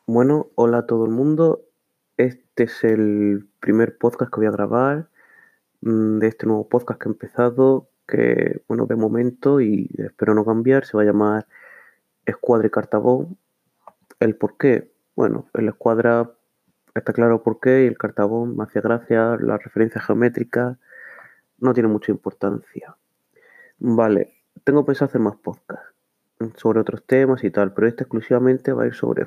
Bueno, hola a todo el mundo. Este es el primer podcast que voy a grabar de este nuevo podcast que he empezado, que, bueno, de momento, y espero no cambiar, se va a llamar Escuadra y Cartabón. ¿El por qué? Bueno, el Escuadra está claro por qué, y el Cartabón me hacía gracia, la referencia geométrica no tiene mucha importancia. Vale, tengo pensado hacer más podcasts sobre otros temas y tal, pero este exclusivamente va a ir sobre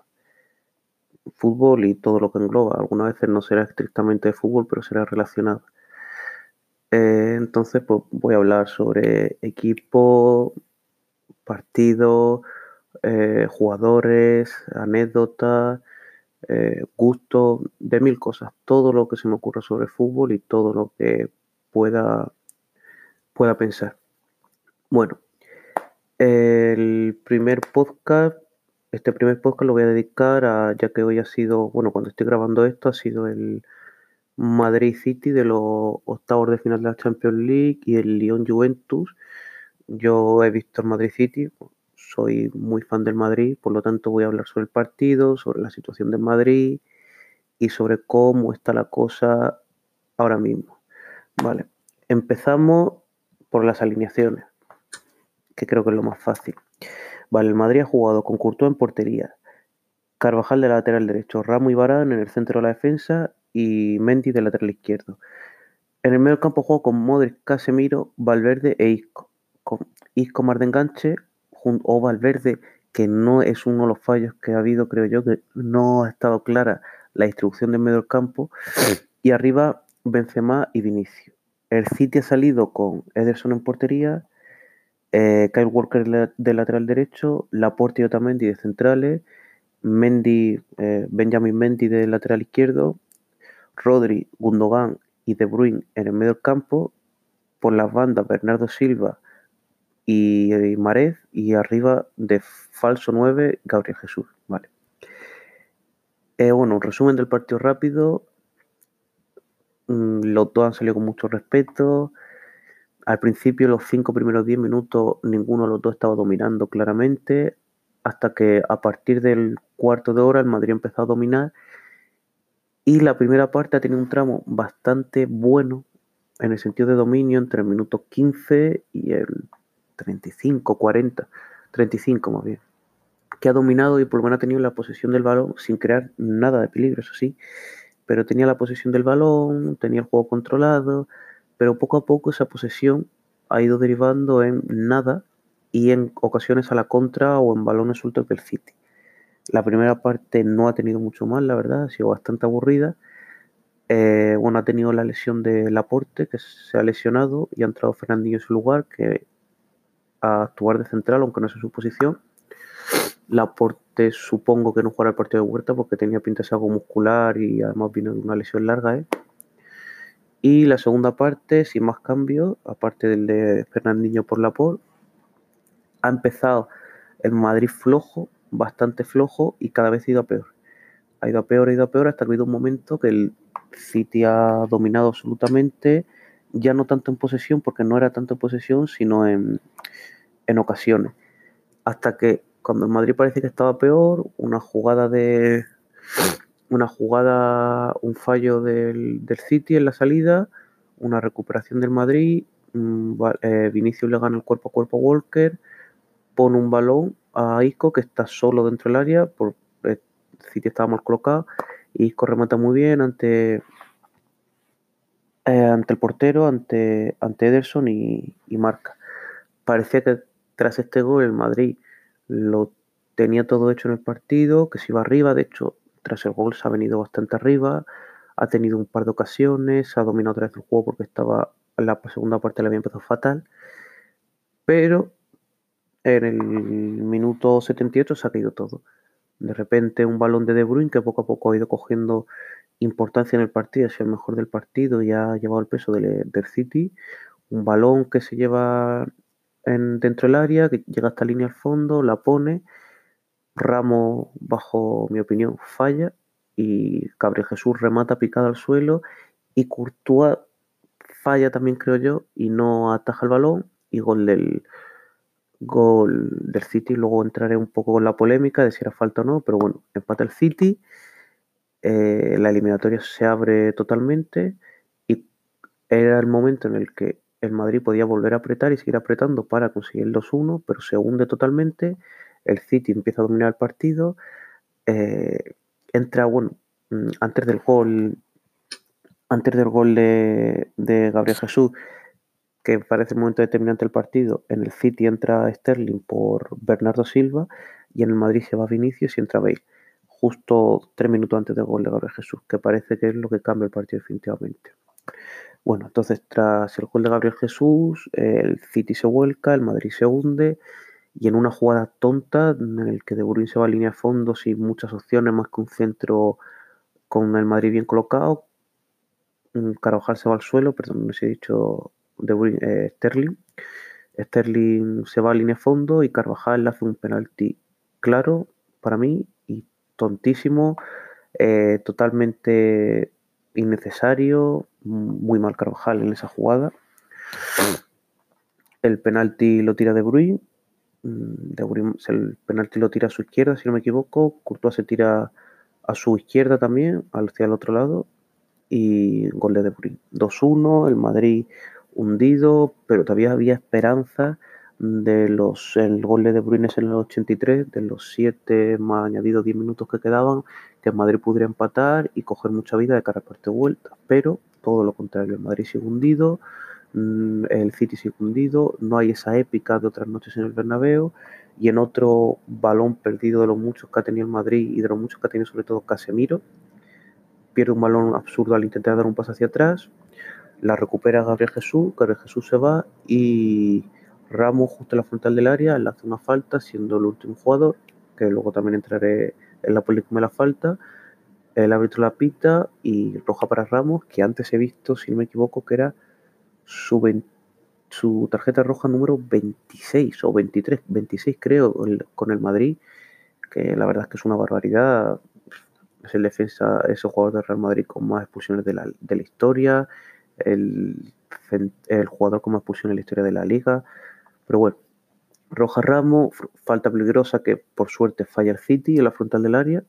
fútbol y todo lo que engloba. Algunas veces no será estrictamente de fútbol, pero será relacionado. Entonces, pues voy a hablar sobre equipo, partido, jugadores, anécdotas, gusto, de mil cosas. Todo lo que se me ocurra sobre fútbol y todo lo que pueda, pueda pensar. Bueno, el primer podcast, este primer podcast lo voy a dedicar a, ya que hoy ha sido, bueno, cuando estoy grabando esto, ha sido el Madrid City de los octavos de final de la Champions League y el Lyon Juventus. Yo he visto el Madrid City, soy muy fan del Madrid, por lo tanto voy a hablar sobre el partido, sobre la situación del Madrid y sobre cómo está la cosa ahora mismo. Vale, empezamos por las alineaciones, que creo que es lo más fácil. Vale, el Madrid ha jugado con Courtois en portería, Carvajal de lateral derecho, Ramos y Varane en el centro de la defensa y Mendy de lateral izquierdo. En el medio del campo jugó con Modric, Casemiro, Valverde e Isco. Con Isco más de enganche o Valverde, que no es uno de los fallos que ha habido, creo yo, que no ha estado clara la distribución del medio del campo. Y arriba Benzema y Vinicius. El City ha salido con Ederson en portería, Kyle Walker de lateral derecho, Laporte y Otamendi de centrales, Benjamin Mendy de lateral izquierdo, Rodri, Gundogan y De Bruyne en el medio del campo, por las bandas Bernardo Silva y Marez, y arriba de falso 9 Gabriel Jesús. Vale. Bueno, un resumen del partido rápido. Los dos han salido con mucho respeto. Al principio, los 5 primeros 10 minutos, ninguno de los dos estaba dominando claramente, hasta que a partir del cuarto de hora el Madrid empezó a dominar y la primera parte ha tenido un tramo bastante bueno en el sentido de dominio entre el minuto 15 y el 35, 40, 35 más bien, que ha dominado y por lo menos ha tenido la posesión del balón sin crear nada de peligro, eso sí, pero tenía la posesión del balón, tenía el juego controlado, pero poco a poco esa posesión ha ido derivando en nada y en ocasiones a la contra o en balones sueltos del City. La primera parte no ha tenido mucho más, la verdad, ha sido bastante aburrida. Bueno, ha tenido la lesión de Laporte, que se ha lesionado, y ha entrado Fernandinho en su lugar, que a actuar de central, aunque no es su posición. Laporte supongo que no jugará el partido de vuelta porque tenía pinta de algo muscular y además vino de una lesión larga, ¿eh? Y la segunda parte, sin más cambios, aparte del de Fernandinho por Laporte, ha empezado el Madrid flojo, bastante flojo, y cada vez ha ido a peor. Ha ido a peor, ha ido a peor, hasta que ha habido un momento que el City ha dominado absolutamente, ya no tanto en posesión, porque no era tanto en posesión, sino en ocasiones. Hasta que cuando el Madrid parece que estaba peor, un fallo del City en la salida, una recuperación del Madrid, Vinicius le gana el cuerpo a cuerpo a Walker, pone un balón a Isco que está solo dentro del área, por el City estaba mal colocado, y Isco remata muy bien ante el portero, ante Ederson y marca. Parecía que tras este gol el Madrid lo tenía todo hecho en el partido, que se iba arriba, de hecho, tras el gol se ha venido bastante arriba, ha tenido un par de ocasiones, ha dominado otra vez el juego porque estaba en la segunda parte le había empezado fatal, pero en el minuto 78 se ha caído todo. De repente un balón de De Bruyne que poco a poco ha ido cogiendo importancia en el partido, ha sido el mejor del partido y ha llevado el peso del City. Un balón que se lleva dentro del área, que llega hasta línea al fondo, la pone. Ramos, bajo mi opinión, falla y Gabriel Jesús remata picado al suelo y Courtois falla también, creo yo, y no ataja el balón y Gol del City, luego entraré un poco con la polémica de si era falta o no, pero bueno, empata el City, la eliminatoria se abre totalmente y era el momento en el que el Madrid podía volver a apretar y seguir apretando para conseguir el 2-1, pero se hunde totalmente, el City empieza a dominar el partido, eh, entra, bueno, antes del gol de Gabriel Jesús, que parece el momento determinante del partido, en el City entra Sterling por Bernardo Silva y en el Madrid se va Vinicius y entra Bale, justo 3 minutos antes del gol de Gabriel Jesús, que parece que es lo que cambia el partido definitivamente. Bueno, entonces tras el gol de Gabriel Jesús, el City se vuelca, el Madrid se hunde y en una jugada tonta en el que De Bruyne se va a línea de fondo sin muchas opciones más que un centro con el Madrid bien colocado, Carvajal se va al suelo, perdón, no sé si he dicho De Bruyne, Sterling. Sterling se va a línea de fondo y Carvajal le hace un penalti claro para mí y tontísimo, totalmente innecesario, muy mal Carvajal en esa jugada. El penalti lo tira De Bruyne, el penalti lo tira a su izquierda, si no me equivoco. Courtois se tira a su izquierda también, hacia el otro lado, y gol de Bruyne. 2-1, el Madrid hundido, pero todavía había esperanza el gol de Bruyne es en el 83, de los 7 más añadidos 10 minutos que quedaban, que el Madrid pudiera empatar y coger mucha vida de cara a parte de vuelta, pero todo lo contrario, el Madrid sigue hundido, el City sigue hundido, no hay esa épica de otras noches en el Bernabéu, y en otro balón perdido de los muchos que ha tenido el Madrid y de los muchos que ha tenido sobre todo Casemiro, pierde un balón absurdo al intentar dar un paso hacia atrás, la recupera Gabriel Jesús se va y Ramos justo en la frontal del área le hace una falta siendo el último jugador, que luego también entraré en la polémica de la falta, el árbitro la pita y roja para Ramos, que antes he visto, si no me equivoco, que era su, su tarjeta roja número 26 o 23, 26 creo, con el Madrid, que la verdad es que es una barbaridad. Es el defensa, es el jugador del Real Madrid con más expulsiones de la historia, el, el jugador con más expulsiones en la historia de la liga. Pero bueno, roja Ramos, falta peligrosa que por suerte falla el City en la frontal del área.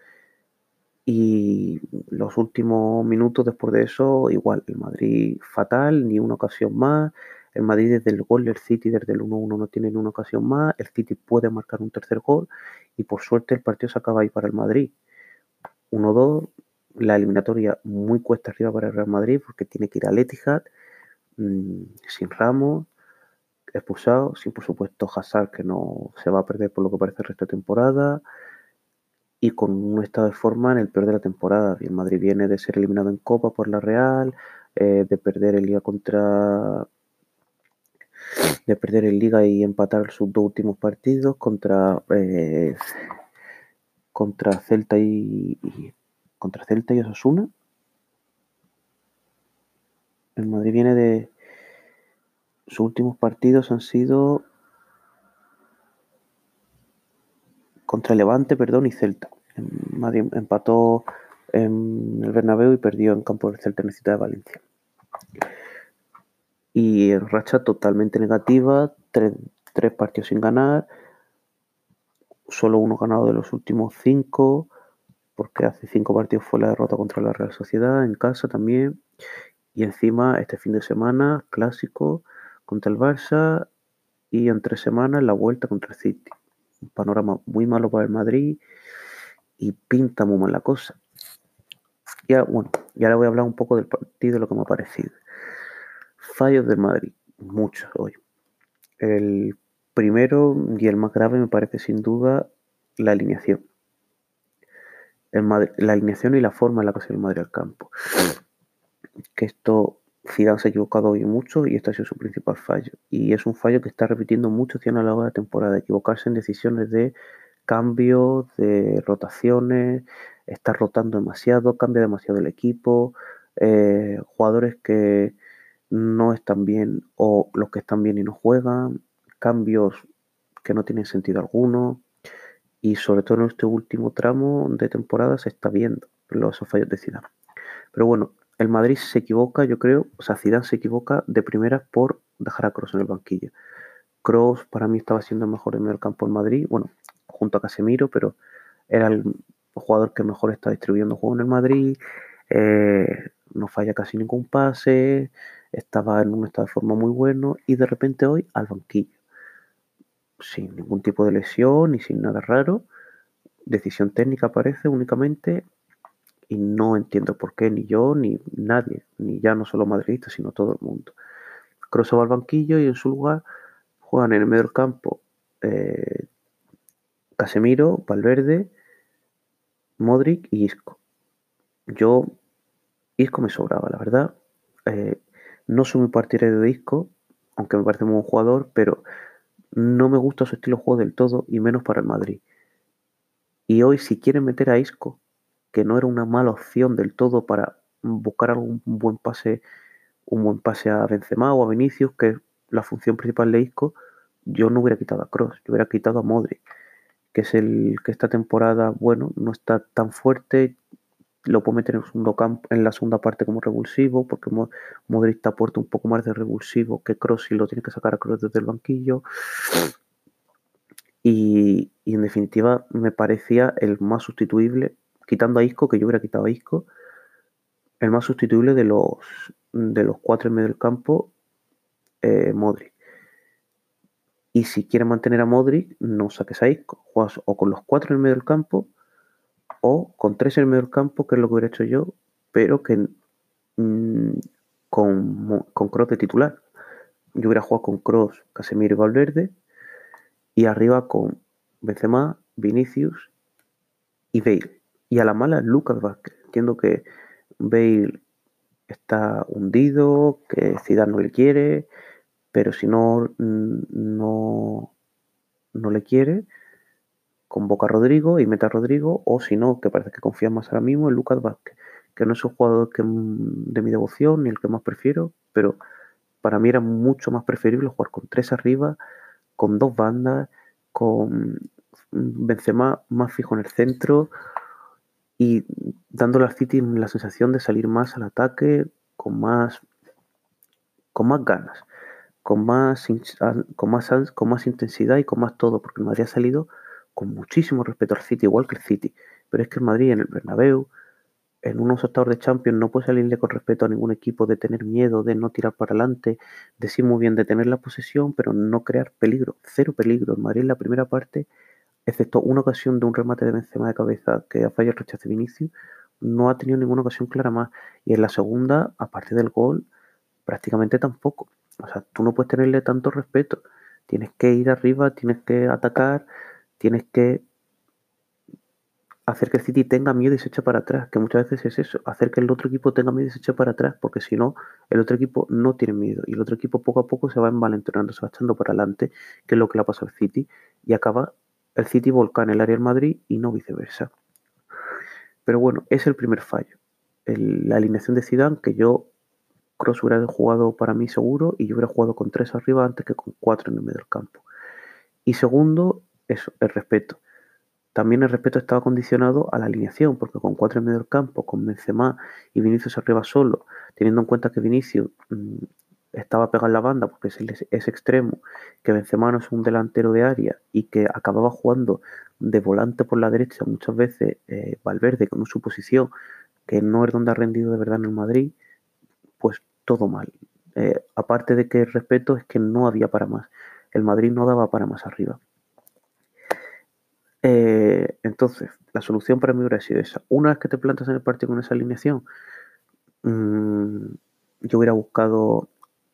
Y los últimos minutos después de eso, igual, el Madrid fatal, ni una ocasión más. El Madrid desde el gol del City, desde el 1-1 no tiene ni una ocasión más. El City puede marcar un tercer gol y por suerte el partido se acaba ahí para el Madrid. 1-2, la eliminatoria muy cuesta arriba para el Real Madrid porque tiene que ir al Etihad, sin Ramos, expulsado, sin por supuesto Hazard que no se va a perder por lo que parece el resto de temporada y con un estado de forma en el peor de la temporada. El Madrid viene de ser eliminado en Copa por la Real, de perder el Liga de perder el Liga y empatar sus dos últimos partidos contra Celta y Osasuna. El Madrid viene de sus últimos partidos han sido contra Levante, perdón, y Celta. Madrid empató en el Bernabéu y perdió en campo del Celta en la ciudad de Valencia. Y racha totalmente negativa, tres partidos sin ganar, solo uno ganado de los últimos 5, porque hace 5 partidos fue la derrota contra la Real Sociedad en casa también. Y encima este fin de semana, clásico contra el Barça y en 3 semanas la vuelta contra el City. Un panorama muy malo para el Madrid y pinta muy mal la cosa. Ya, bueno, ya le voy a hablar un poco del partido, de lo que me ha parecido. Fallos del Madrid, muchos hoy. El primero y el más grave me parece sin duda la alineación. La alineación y la forma en la que se el Madrid al campo. Que esto Zidane se ha equivocado hoy mucho y este ha sido su principal fallo. Y es un fallo que está repitiendo mucho a lo largo de la temporada, equivocarse en decisiones de cambios, de rotaciones, está rotando demasiado, cambia demasiado el equipo, jugadores que no están bien o los que están bien y no juegan, cambios que no tienen sentido alguno y sobre todo en este último tramo de temporada se está viendo esos fallos de Zidane. Pero bueno, el Madrid se equivoca, yo creo, o sea, Zidane se equivoca de primeras por dejar a Kroos en el banquillo. Kroos para mí estaba siendo el mejor en medio del campo en Madrid, bueno, junto a Casemiro, pero era el jugador que mejor está distribuyendo juego en el Madrid, no falla casi ningún pase, estaba en un estado de forma muy bueno y de repente hoy al banquillo, sin ningún tipo de lesión y sin nada raro, decisión técnica parece únicamente y no entiendo por qué, ni yo, ni nadie, ni ya no solo madridistas, sino todo el mundo. Kroos va al banquillo y en su lugar juegan en el medio del campo eh, Casemiro, Valverde, Modric y Isco. Yo, Isco me sobraba, la verdad. Eh, no soy muy partidario de Isco, aunque me parece muy buen jugador, pero no me gusta su estilo de juego del todo y menos para el Madrid. Y hoy, si quieren meter a Isco, que no era una mala opción del todo para buscar algún buen pase, un buen pase a Benzema o a Vinicius, que es la función principal de Isco, yo no hubiera quitado a Kroos, yo hubiera quitado a Modric, que es el que esta temporada, bueno, no está tan fuerte, lo puedo meter en, segundo campo, en la segunda parte como revulsivo, porque Modric te aporta un poco más de revulsivo que Kroos y lo tiene que sacar a Kroos desde el banquillo. Y en definitiva me parecía el más sustituible, quitando a Isco, que yo hubiera quitado a Isco, el más sustituible de los cuatro en medio del campo, Modric. Y si quieres mantener a Modric, no saques a Isco. Juegas o con los cuatro en el medio del campo o con tres en el medio del campo, que es lo que hubiera hecho yo, pero que mmm, con Kroos de titular. Yo hubiera jugado con Kroos, Casemiro y Valverde y arriba con Benzema, Vinicius y Bale. Y a la mala, Lucas Vázquez. Entiendo que Bale está hundido, que Zidane no le quiere, pero si no le quiere, convoca a Rodrigo y mete a Rodrigo, o si no, que parece que confía más ahora mismo en Lucas Vázquez, que no es un jugador de mi devoción ni el que más prefiero, pero para mí era mucho más preferible jugar con tres arriba, con dos bandas, con Benzema más fijo en el centro y dándole al City la sensación de salir más al ataque con más ganas, con más intensidad y con más todo, porque el Madrid ha salido con muchísimo respeto al City, igual que el City. Pero es que el Madrid en el Bernabéu, en unos octavos de Champions, no puede salirle con respeto a ningún equipo, de tener miedo, de no tirar para adelante, de sí muy bien, de tener la posesión, pero no crear peligro, cero peligro. El Madrid en la primera parte, excepto una ocasión de un remate de Benzema de cabeza que ha fallado el rechace de Vinicius, no ha tenido ninguna ocasión clara más. Y en la segunda, aparte del gol, prácticamente tampoco. O sea, tú no puedes tenerle tanto respeto. Tienes que ir arriba, tienes que atacar, tienes que hacer que el City tenga miedo y se eche para atrás, que muchas veces es eso, hacer que el otro equipo tenga miedo y se eche para atrás, porque si no, el otro equipo no tiene miedo y el otro equipo poco a poco se va envalentonando, se va echando para adelante, que es lo que le ha pasado al City, y acaba el City volcán en el área del Madrid y no viceversa. Pero bueno, es el primer fallo. La alineación de Zidane, que yo Kroos hubiera jugado para mí seguro y yo hubiera jugado con tres arriba antes que con cuatro en el medio del campo. Y segundo, eso, el respeto. También el respeto estaba condicionado a la alineación, porque con cuatro en medio del campo, con Benzema y Vinicius arriba solo, teniendo en cuenta que Vinicius estaba pegado en la banda porque es extremo, que Benzema no es un delantero de área y que acababa jugando de volante por la derecha muchas veces Valverde con su posición, que no es donde ha rendido de verdad en el Madrid, pues todo mal. Aparte de que el respeto es que no había para más. El Madrid no daba para más arriba. Entonces, la solución para mí hubiera sido esa. Una vez que te plantas en el partido con esa alineación, mmm, yo hubiera buscado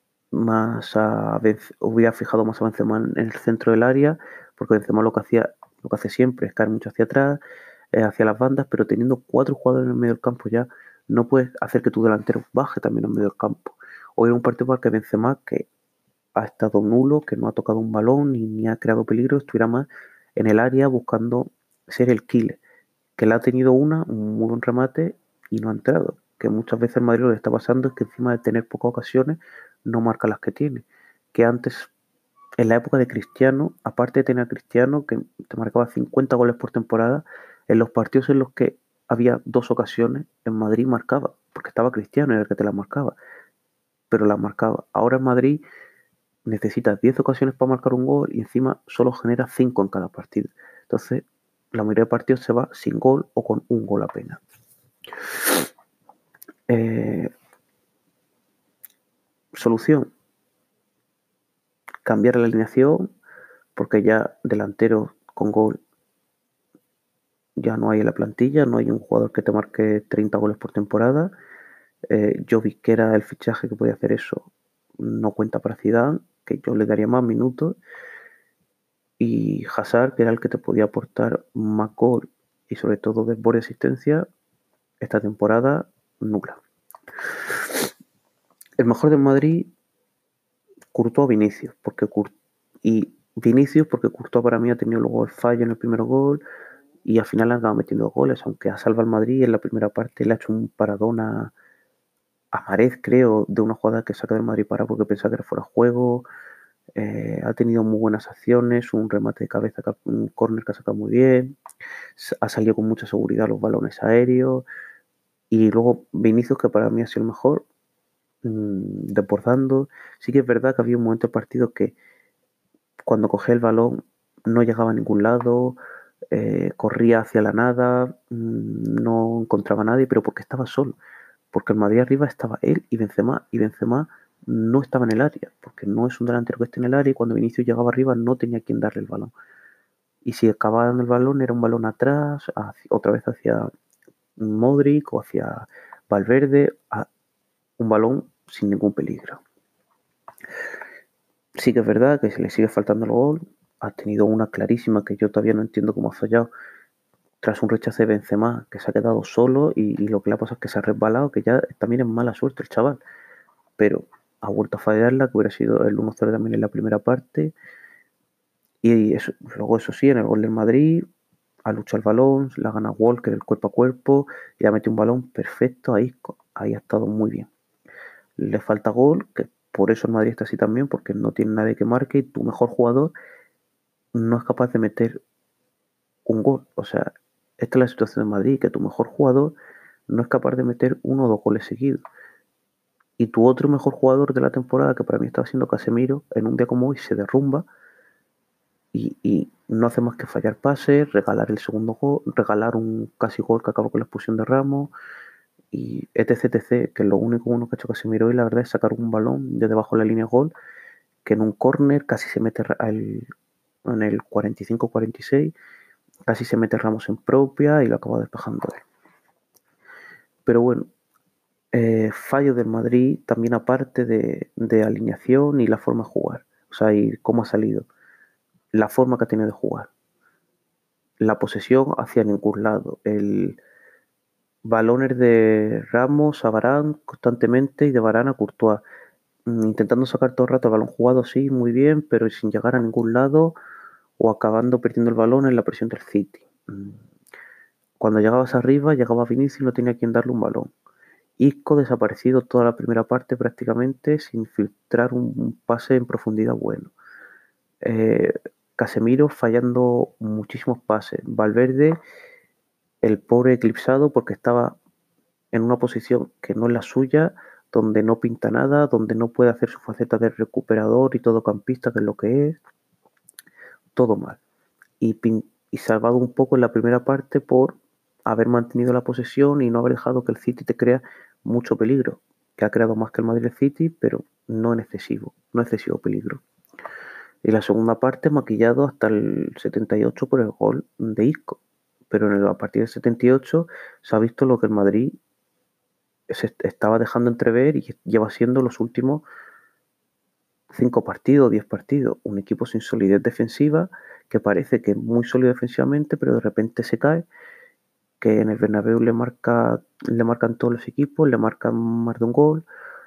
hubiera fijado más a Benzema en el centro del área, porque Benzema lo que hace siempre es caer mucho hacia atrás, hacia las bandas, pero teniendo cuatro jugadores en el medio del campo ya, no puedes hacer que tu delantero baje también en medio del campo. Hoy era un partido para que Benzema, que ha estado nulo, que no ha tocado un balón ni ha creado peligro, estuviera más en el área buscando ser el killer, que le ha tenido un muy buen remate y no ha entrado. Que muchas veces el Madrid lo que está pasando es que encima de tener pocas ocasiones, no marca las que tiene. Que antes, en la época de Cristiano, aparte de tener a Cristiano, que te marcaba 50 goles por temporada, en los partidos en los que había dos ocasiones, en Madrid marcaba, porque estaba Cristiano, era el que te las marcaba, pero las marcaba. Ahora en Madrid necesitas 10 ocasiones para marcar un gol y encima solo genera 5 en cada partido. Entonces, la mayoría de partidos se va sin gol o con un gol apenas. Solución: cambiar la alineación, porque ya delantero con gol ya no hay en la plantilla, no hay un jugador que te marque 30 goles por temporada. Jovic, que era el fichaje que podía hacer eso, no cuenta para Zidane, que yo le daría más minutos, y Hazard, que era el que te podía aportar más gol y sobre todo desborde de asistencia, esta temporada nula. El mejor de Madrid, Courtois, Vinicius, porque Courtois para mí ha tenido luego el fallo en el primer gol y al final ha acabado metiendo goles, aunque ha salvado al Madrid en la primera parte le ha hecho un paradón a Mahrez, creo, de una jugada que saca del Madrid para porque pensaba que era fuera de juego. Ha tenido muy buenas acciones, un remate de cabeza, un córner que ha sacado muy bien, ha salido con mucha seguridad los balones aéreos y luego Vinicius, que para mí ha sido el mejor, desbordando. Sí que es verdad que había un momento del partido que cuando cogía el balón no llegaba a ningún lado, corría hacia la nada, no encontraba a nadie, pero porque estaba solo, porque el Madrid arriba estaba él y Benzema no estaba en el área, porque no es un delantero que esté en el área y cuando Vinicius llegaba arriba no tenía quien darle el balón. Y si acababa dando el balón era un balón atrás, otra vez hacia Modric o hacia Valverde, un balón sin ningún peligro. Sí que es verdad que se le sigue faltando el gol, ha tenido una clarísima que yo todavía no entiendo cómo ha fallado, tras un rechace de Benzema, que se ha quedado solo y lo que le ha pasado es que se ha resbalado, que ya también es mala suerte el chaval, pero ha vuelto a fallarla, que hubiera sido el 1-0 también en la primera parte, y eso, luego eso sí, en el gol del Madrid, ha luchado el balón, la gana Walker el cuerpo a cuerpo, y ha metido un balón perfecto ahí ha estado muy bien. Le falta gol, que por eso el Madrid está así también, porque no tiene nadie que marque y tu mejor jugador no es capaz de meter un gol. O sea, esta es la situación de Madrid, que tu mejor jugador no es capaz de meter 1 o 2 goles seguidos. Y tu otro mejor jugador de la temporada, que para mí estaba siendo Casemiro, en un día como hoy se derrumba y no hace más que fallar pases, regalar el segundo gol, regalar un casi gol que acabó con la expulsión de Ramos y etc, que lo único bueno que ha hecho Casemiro hoy la verdad es sacar un balón de debajo de la línea de gol, que en un córner casi se mete en el 45-46, casi se mete Ramos en propia y lo acaba despejando él. Pero bueno, fallo del Madrid también aparte de alineación y la forma de jugar, o sea, y cómo ha salido, la forma que ha tenido de jugar, la posesión hacia ningún lado, el balones de Ramos a Varane constantemente y de Varane a Courtois, intentando sacar todo el rato el balón jugado, sí, muy bien, pero sin llegar a ningún lado o acabando perdiendo el balón en la presión del City. Cuando llegabas arriba, llegaba Vinicius y no tenía quien darle un balón. Isco desaparecido toda la primera parte prácticamente sin filtrar un pase en profundidad bueno. Casemiro fallando muchísimos pases. Valverde, el pobre eclipsado porque estaba en una posición que no es la suya, donde no pinta nada, donde no puede hacer su faceta de recuperador y todocampista, que es lo que es. Todo mal. Y salvado un poco en la primera parte por haber mantenido la posesión y no haber dejado que el City te crea mucho peligro, que ha creado más que el Madrid City, pero no en excesivo, no excesivo peligro. Y la segunda parte maquillado hasta el 78 por el gol de Isco, pero a partir del 78 se ha visto lo que el Madrid se estaba dejando entrever y lleva siendo los últimos 5 partidos, 10 partidos, un equipo sin solidez defensiva que parece que es muy sólido defensivamente, pero de repente se cae, que en el Bernabéu le marcan todos los equipos, le marcan más de un gol,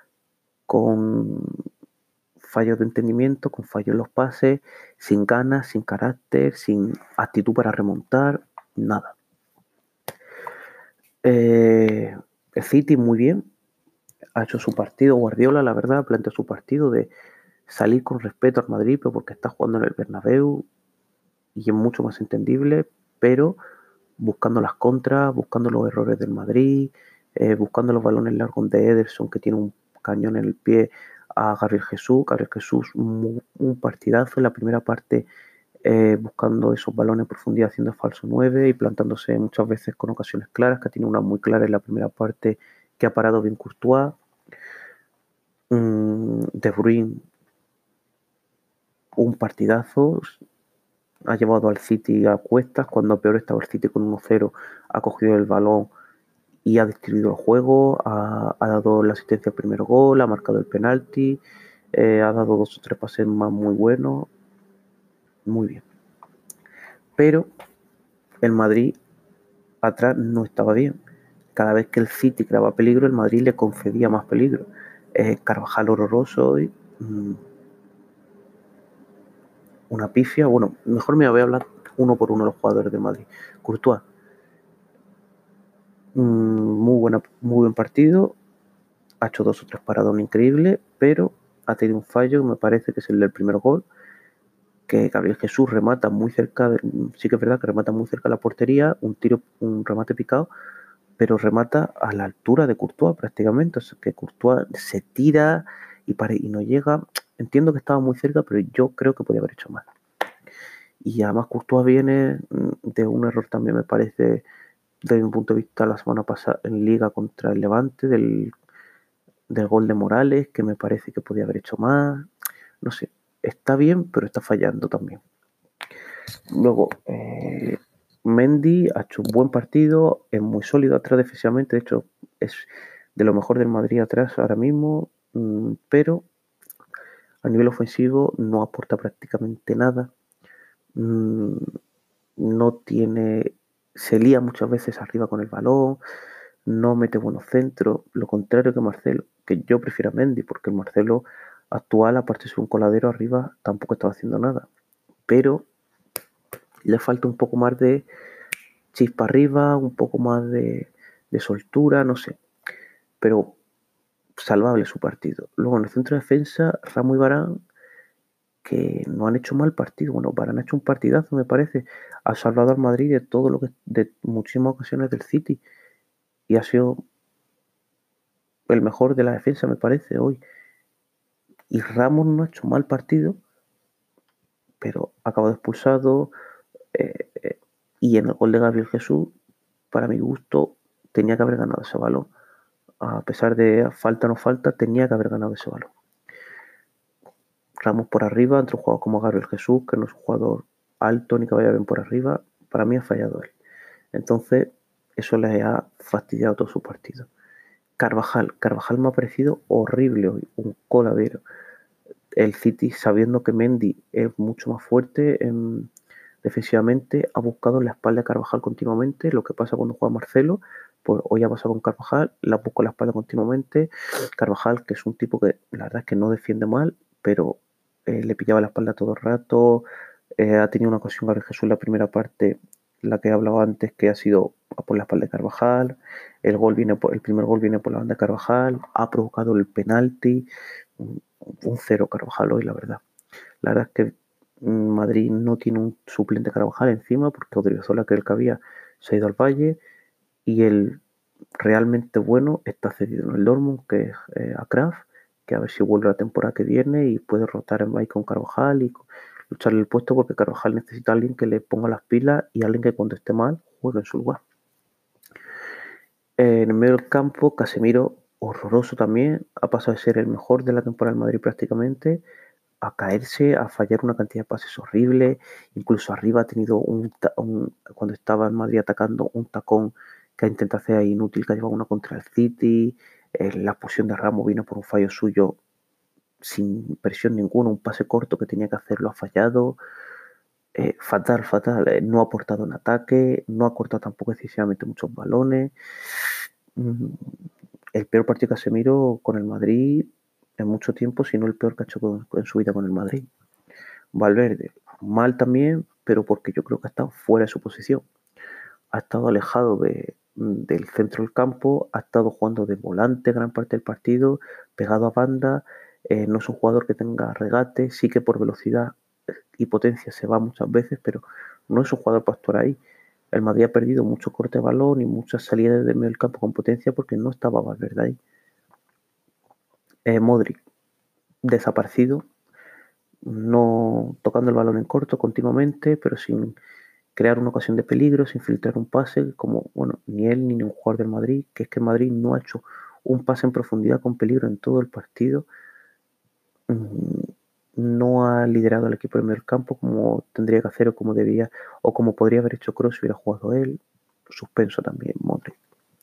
con fallos de entendimiento, con fallos en los pases, sin ganas, sin carácter, sin actitud para remontar, nada. El City muy bien, ha hecho su partido, Guardiola la verdad planteó su partido de salir con respeto al Madrid, pero porque está jugando en el Bernabéu y es mucho más entendible, pero buscando las contras, buscando los errores del Madrid, buscando los balones largos de Ederson, que tiene un cañón en el pie, a Gabriel Jesús. Gabriel Jesús, un partidazo en la primera parte, buscando esos balones en profundidad, haciendo falso 9 y plantándose muchas veces con ocasiones claras, que tiene una muy clara en la primera parte que ha parado bien Courtois. De Bruyne, un partidazo, ha llevado al City a cuestas, cuando peor estaba el City con 1-0, ha cogido el balón y ha distribuido el juego, ha dado la asistencia al primer gol, ha marcado el penalti, ha dado 2 o 3 pases más muy buenos, muy bien. Pero el Madrid atrás no estaba bien. Cada vez que el City creaba peligro, el Madrid le concedía más peligro. Carvajal horroroso y una pifia. Bueno, mejor me voy a hablar uno por uno de los jugadores del Madrid. Courtois, muy buen partido, ha hecho 2 o 3 paradas increíbles, pero ha tenido un fallo que me parece que es el del primer gol, que Gabriel Jesús remata muy cerca, sí que es verdad que remata muy cerca de la portería, un remate picado, pero remata a la altura de Courtois prácticamente, o sea que Courtois se tira y no llega. Entiendo que estaba muy cerca, pero yo creo que podía haber hecho más. Y además Courtois viene de un error también, me parece, desde un punto de vista la semana pasada en Liga contra el Levante, del gol de Morales, que me parece que podía haber hecho más. No sé, está bien, pero está fallando también. Luego, Mendy ha hecho un buen partido, es muy sólido atrás defensivamente, de hecho es de lo mejor del Madrid atrás ahora mismo, pero a nivel ofensivo no aporta prácticamente nada. No tiene, se lía muchas veces arriba con el balón, no mete buenos centros, lo contrario que Marcelo, que yo prefiero a Mendy, porque el Marcelo actual, aparte de ser un coladero arriba, tampoco estaba haciendo nada. Pero le falta un poco más de chispa arriba, un poco más de soltura, no sé. Pero salvable su partido. Luego en el centro de defensa, Ramos y Varane, que no han hecho mal partido. Bueno, Varane ha hecho un partidazo, me parece. Ha salvado al Madrid de todo lo que, de muchísimas ocasiones del City. Y ha sido el mejor de la defensa, me parece, hoy. Y Ramos no ha hecho mal partido, pero ha acabado expulsado. Eh, eh, y en el gol de Gabriel Jesús, para mi gusto, tenía que haber ganado ese balón. A pesar de falta o no falta, tenía que haber ganado ese balón. Ramos por arriba, entre un jugador como Gabriel Jesús, que no es un jugador alto ni que vaya bien por arriba, para mí ha fallado él. Entonces, eso le ha fastidiado todo su partido. Carvajal me ha parecido horrible hoy, un coladero. El City, sabiendo que Mendy es mucho más fuerte defensivamente, ha buscado en la espalda de Carvajal continuamente, lo que pasa cuando juega Marcelo, pues hoy ha pasado con Carvajal, la busca en la espalda continuamente. Carvajal, que es un tipo que la verdad es que no defiende mal, pero le pillaba la espalda todo el rato. Ha tenido una ocasión Gabriel Jesús en la primera parte, la que he hablado antes, que ha sido por la espalda de Carvajal. El primer gol viene por la banda de Carvajal, ha provocado el penalti. Un cero Carvajal hoy, la verdad. La verdad es que Madrid no tiene un suplente Carvajal encima, porque Odriozola, que el que había, se ha ido al Valle, y el realmente bueno está cedido en el Dortmund, que es a Kraft, que a ver si vuelve la temporada que viene y puede rotar en Valle con Carvajal y lucharle el puesto, porque Carvajal necesita a alguien que le ponga las pilas y alguien que cuando esté mal juegue en su lugar. En el medio del campo, Casemiro, horroroso también, ha pasado de ser el mejor de la temporada del Madrid prácticamente a caerse, a fallar una cantidad de pases horrible, incluso arriba ha tenido cuando estaba en Madrid atacando, un tacón que ha intentado hacer ahí inútil, que ha llevado una contra el City. La expulsión de Ramos vino por un fallo suyo sin presión ninguna, un pase corto que tenía que hacer lo ha fallado. Fatal, no ha aportado en ataque, no ha cortado tampoco excesivamente muchos balones. El peor partido que Casemiro con el Madrid en mucho tiempo, si no el peor que ha hecho en su vida con el Madrid. Valverde, mal también, pero porque yo creo que ha estado fuera de su posición. Ha estado alejado del centro del campo, ha estado jugando de volante gran parte del partido, pegado a banda. No es un jugador que tenga regate, sí que por velocidad y potencia se va muchas veces, pero no es un jugador para actuar ahí. El Madrid ha perdido mucho corte de balón y muchas salidas del medio del campo con potencia porque no estaba Valverde ahí. Modric, desaparecido, no tocando el balón en corto continuamente, pero sin crear una ocasión de peligro, sin filtrar un pase, como bueno, ni él ni ningún jugador del Madrid, que es que el Madrid no ha hecho un pase en profundidad con peligro en todo el partido. No ha liderado al equipo en el campo como tendría que hacer o como debía o como podría haber hecho Kroos si hubiera jugado él. Suspenso también, Modric.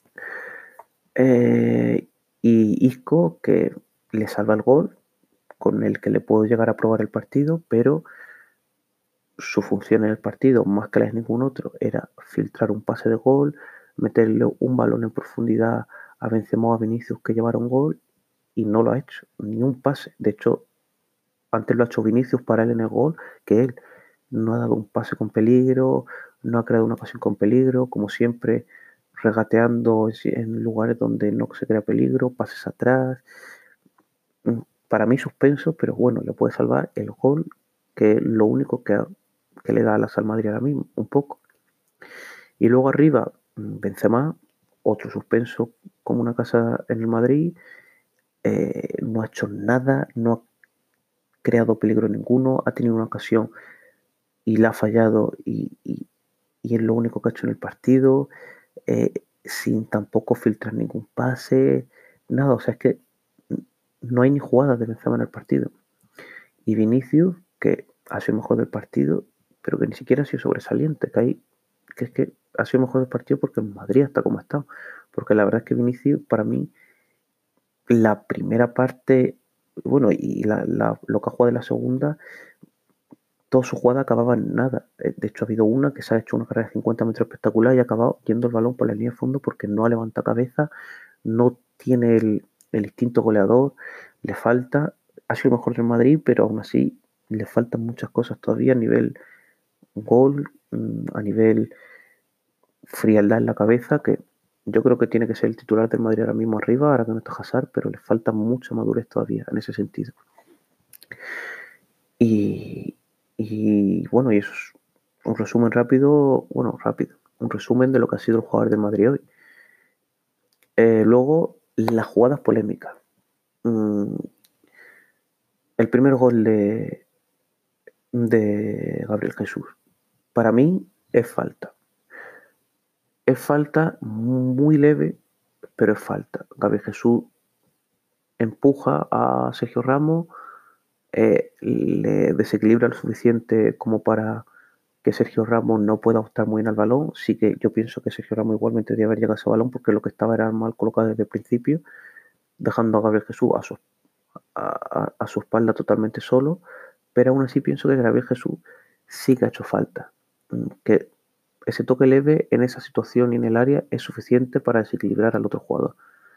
Y Isco, que le salva el gol, con el que le puedo llegar a probar el partido, pero su función en el partido, más que la de ningún otro, era filtrar un pase de gol, meterle un balón en profundidad a Benzema o a Vinicius que llevaron gol, y no lo ha hecho, ni un pase. De hecho, antes lo ha hecho Vinicius para él en el gol, que él no ha dado un pase con peligro, no ha creado una ocasión con peligro, como siempre, regateando en lugares donde no se crea peligro, pases atrás. Para mí suspenso, pero bueno, le puede salvar el gol, que es lo único que le da a la Real Madrid ahora mismo, un poco. Y luego arriba, Benzema, otro suspenso como una casa en el Madrid, no ha hecho nada, no ha creado peligro ninguno, ha tenido una ocasión y la ha fallado y es lo único que ha hecho en el partido, eh, sin tampoco filtrar ningún pase, nada, o sea, es que no hay ni jugadas de Benzema en el partido. Y Vinicius, que ha sido mejor del partido, pero que ni siquiera ha sido sobresaliente, que es que ha sido mejor del partido porque en Madrid está como está. Porque la verdad es que Vinicius, para mí, la primera parte, bueno, y lo que ha jugado de la segunda, toda su jugada acababa en nada. De hecho, ha habido una que se ha hecho una carrera de 50 metros espectacular y ha acabado yendo el balón por la línea de fondo porque no levanta cabeza, no tiene el instinto goleador, le falta, ha sido mejor del Madrid, pero aún así le faltan muchas cosas todavía a nivel gol, a nivel frialdad en la cabeza, que yo creo que tiene que ser el titular del Madrid ahora mismo arriba, ahora que no está Hazard, pero le falta mucha madurez todavía en ese sentido. Y, y bueno, y eso es un resumen rápido, bueno, rápido, un resumen de lo que ha sido el jugador del Madrid hoy. Luego, las jugadas polémicas. Mm, el primer gol de Gabriel Jesús, para mí es falta. Es falta muy leve, pero es falta. Gabriel Jesús empuja a Sergio Ramos, le desequilibra lo suficiente como para que Sergio Ramos no pueda optar muy bien al balón. Sí que yo pienso que Sergio Ramos igualmente debería haber llegado a ese balón porque lo que estaba era mal colocado desde el principio, dejando a Gabriel Jesús a su espalda totalmente solo, pero aún así pienso que Gabriel Jesús sí que ha hecho falta. Que ese toque leve en esa situación y en el área es suficiente para desequilibrar al otro jugador.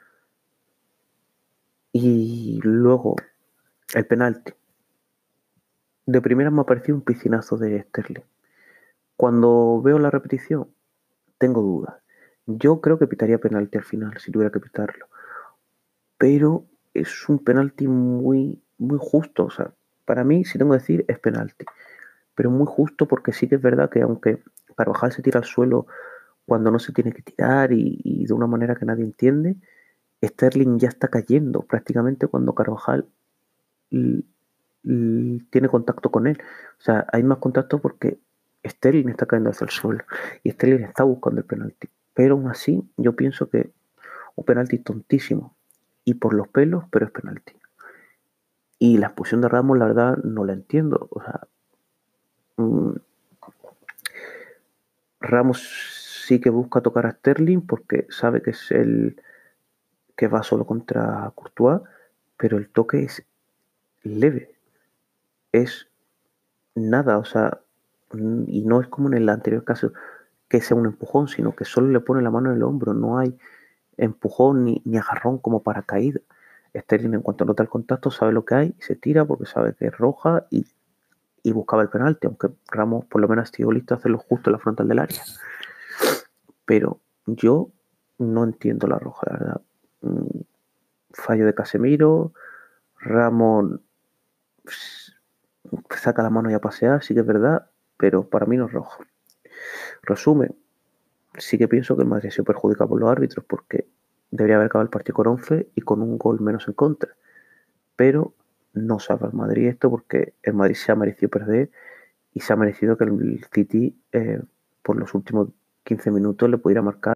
Y luego, el penalti. De primera me ha parecido un piscinazo de Sterling. Cuando veo la repetición, tengo dudas. Yo creo que pitaría penalti al final, si tuviera que pitarlo. Pero es un penalti muy, muy justo. O sea, para mí, si tengo que decir, es penalti. Pero muy justo porque sí que es verdad que aunque Carvajal se tira al suelo cuando no se tiene que tirar y de una manera que nadie entiende, Sterling ya está cayendo prácticamente cuando Carvajal tiene contacto con él. O sea, hay más contacto porque Sterling está cayendo hacia el suelo y Sterling está buscando el penalti. Pero aún así, yo pienso que un penalti tontísimo y por los pelos, pero es penalti. Y la expulsión de Ramos, la verdad, no la entiendo. O sea, mmm, Ramos sí que busca tocar a Sterling porque sabe que es el que va solo contra Courtois, pero el toque es leve, es nada, o sea, y no es como en el anterior caso que sea un empujón, sino que solo le pone la mano en el hombro, no hay empujón ni agarrón como para caída. Sterling en cuanto nota el contacto sabe lo que hay, se tira porque sabe que es roja y buscaba el penalti, aunque Ramos por lo menos ha sido listo a hacerlo justo en la frontal del área. Pero yo no entiendo la roja, la verdad. Fallo de Casemiro, Ramos saca la mano y a pasear, sí que es verdad, pero para mí no es rojo. Resumen, sí que pienso que el Madrid se perjudica por los árbitros porque debería haber acabado el partido con 11 y con un gol menos en contra. Pero no salva al Madrid esto porque el Madrid se ha merecido perder y se ha merecido que el City por los últimos 15 minutos le pudiera marcar